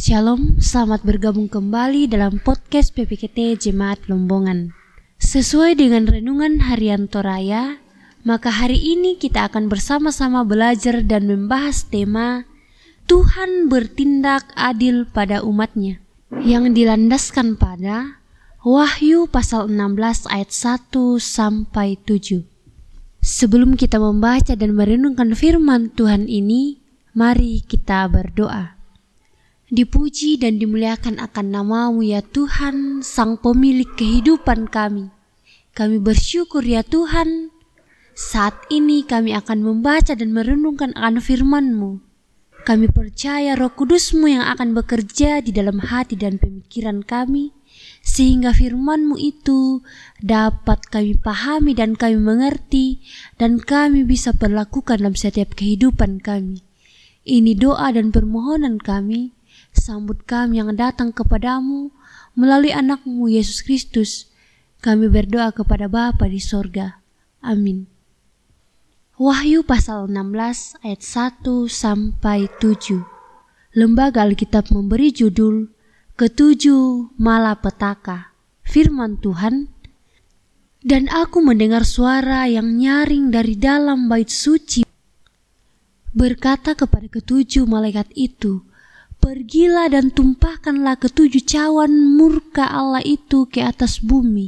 Shalom, selamat bergabung kembali dalam podcast PPKT Jemaat Lombongan. Sesuai dengan renungan harian Toraya, maka hari ini kita akan bersama-sama belajar dan membahas tema Tuhan bertindak adil pada umatnya, yang dilandaskan pada Wahyu pasal 16 ayat 1-7. Sebelum kita membaca dan merenungkan firman Tuhan ini, mari kita berdoa. Dipuji dan dimuliakan akan nama-Mu ya Tuhan, Sang Pemilik kehidupan kami. Kami bersyukur ya Tuhan, saat ini kami akan membaca dan merenungkan akan firman-Mu. Kami percaya Roh Kudus-Mu yang akan bekerja di dalam hati dan pemikiran kami, sehingga firman-Mu itu dapat kami pahami dan kami mengerti, dan kami bisa perlakukan dalam setiap kehidupan kami. Ini doa dan permohonan kami. Sambut kami yang datang kepadamu melalui anak-Mu Yesus Kristus. Kami berdoa kepada Bapa di sorga. Amin. Wahyu pasal 16 ayat 1-7. Lembaga Alkitab memberi judul Ketujuh Malapetaka. Firman Tuhan, dan aku mendengar suara yang nyaring dari dalam bait suci berkata kepada ketujuh malaikat itu, pergilah dan tumpahkanlah ketujuh cawan murka Allah itu ke atas bumi.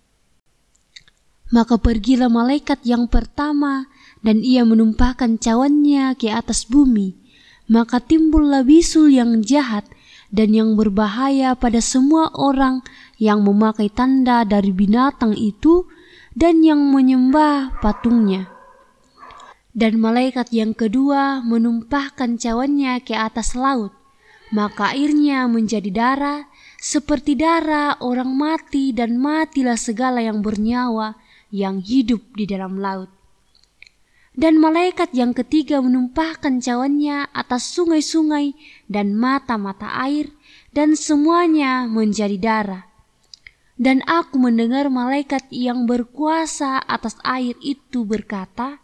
Maka pergilah malaikat yang pertama dan ia menumpahkan cawannya ke atas bumi. Maka timbullah bisul yang jahat dan yang berbahaya pada semua orang yang memakai tanda dari binatang itu dan yang menyembah patungnya. Dan malaikat yang kedua menumpahkan cawannya ke atas laut. Maka airnya menjadi darah, seperti darah orang mati, dan matilah segala yang bernyawa yang hidup di dalam laut. Dan malaikat yang ketiga menumpahkan cawannya atas sungai-sungai dan mata-mata air, dan semuanya menjadi darah. Dan aku mendengar malaikat yang berkuasa atas air itu berkata,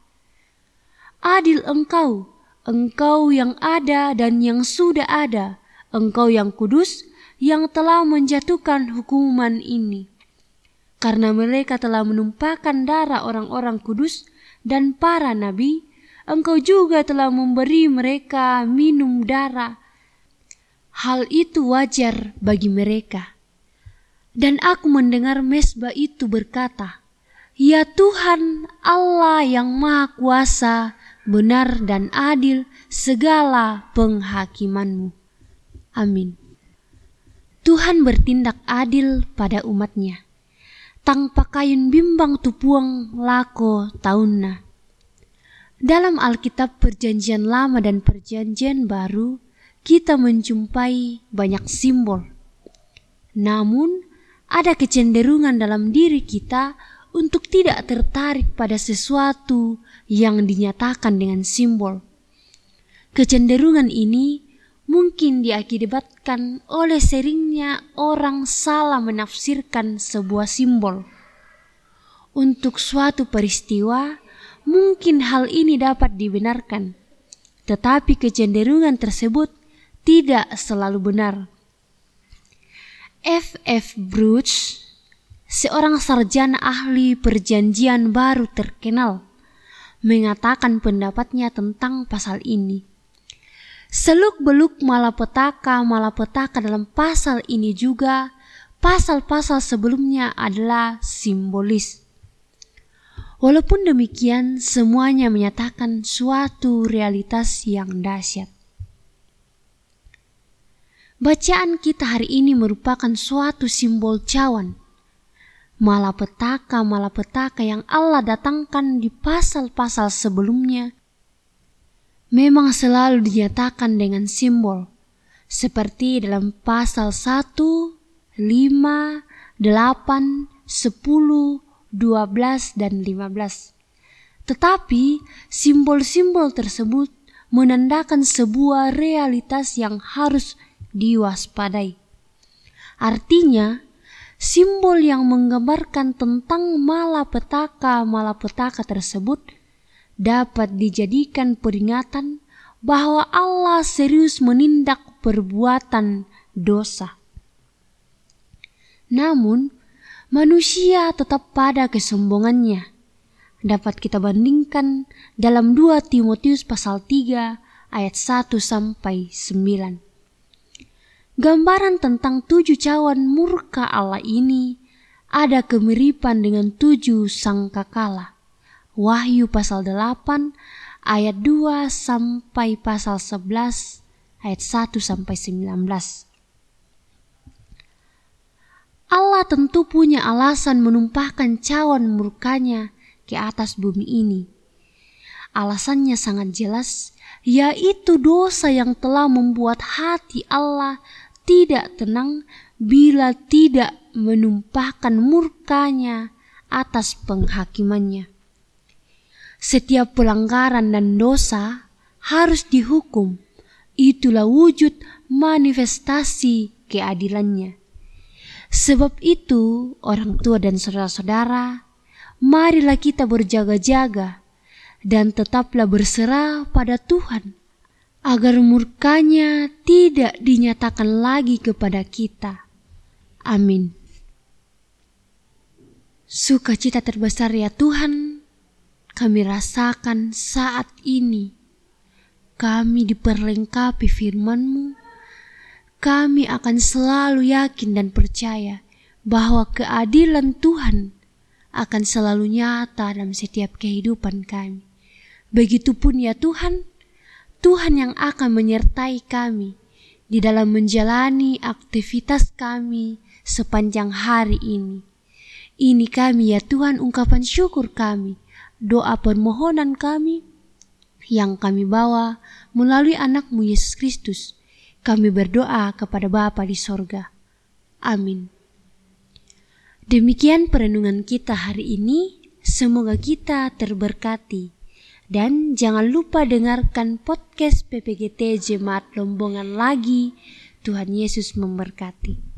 adil Engkau yang ada dan yang sudah ada, Engkau yang kudus, yang telah menjatuhkan hukuman ini. Karena mereka telah menumpahkan darah orang-orang kudus dan para nabi, Engkau juga telah memberi mereka minum darah. Hal itu wajar bagi mereka. Dan aku mendengar mezbah itu berkata, ya Tuhan Allah yang Maha Kuasa, benar dan adil segala penghakiman-Mu. Amin. Tuhan bertindak adil pada umatnya. Tanpa kayun bimbang tupuang lako taunna. Dalam Alkitab Perjanjian Lama dan Perjanjian Baru, kita menjumpai banyak simbol. Namun, ada kecenderungan dalam diri kita untuk tidak tertarik pada sesuatu yang dinyatakan dengan simbol. Kecenderungan ini mungkin diakibatkan oleh seringnya orang salah menafsirkan sebuah simbol. Untuk suatu peristiwa, mungkin hal ini dapat dibenarkan, tetapi kecenderungan tersebut tidak selalu benar. F.F. Bruce, seorang sarjana ahli perjanjian baru terkenal, mengatakan pendapatnya tentang pasal ini. Seluk-beluk malapetaka dalam pasal ini juga pasal-pasal sebelumnya adalah simbolis. Walaupun demikian, semuanya menyatakan suatu realitas yang dahsyat. Bacaan kita hari ini merupakan suatu simbol cawan. Malapetaka yang Allah datangkan di pasal-pasal sebelumnya memang selalu dinyatakan dengan simbol, seperti dalam pasal 1, 5, 8, 10, 12, dan 15. Tetapi simbol-simbol tersebut menandakan sebuah realitas yang harus diwaspadai. Artinya, simbol yang menggambarkan tentang malapetaka tersebut dapat dijadikan peringatan bahwa Allah serius menindak perbuatan dosa. Namun, manusia tetap pada kesombongannya. Dapat kita bandingkan dalam 2 Timotius pasal 3 ayat 1-9. Gambaran tentang 7 cawan murka Allah ini ada kemiripan dengan 7 sangkakala. Wahyu pasal 8 ayat 2 sampai pasal 11 ayat 1-19. Allah tentu punya alasan menumpahkan cawan murkanya ke atas bumi ini. Alasannya sangat jelas, yaitu dosa yang telah membuat hati Allah tidak tenang bila tidak menumpahkan murkanya atas penghakimannya. Setiap pelanggaran dan dosa harus dihukum. Itulah wujud manifestasi keadilannya. Sebab itu, orang tua dan saudara-saudara, marilah kita berjaga-jaga dan tetaplah berserah pada Tuhan, agar murkanya tidak dinyatakan lagi kepada kita. Amin. Sukacita terbesar ya Tuhan, kami rasakan saat ini. Kami diperlengkapi firman-Mu. Kami akan selalu yakin dan percaya bahwa keadilan Tuhan akan selalu nyata dalam setiap kehidupan kami. Begitupun ya Tuhan, Tuhan yang akan menyertai kami di dalam menjalani aktivitas kami sepanjang hari ini. Ini kami ya Tuhan, ungkapan syukur kami, doa permohonan kami yang kami bawa melalui anak-Mu Yesus Kristus. Kami berdoa kepada Bapa di sorga. Amin. Demikian perenungan kita hari ini. Semoga kita terberkati. Dan jangan lupa dengarkan podcast PPGT Jemaat Lombongan lagi. Tuhan Yesus memberkati.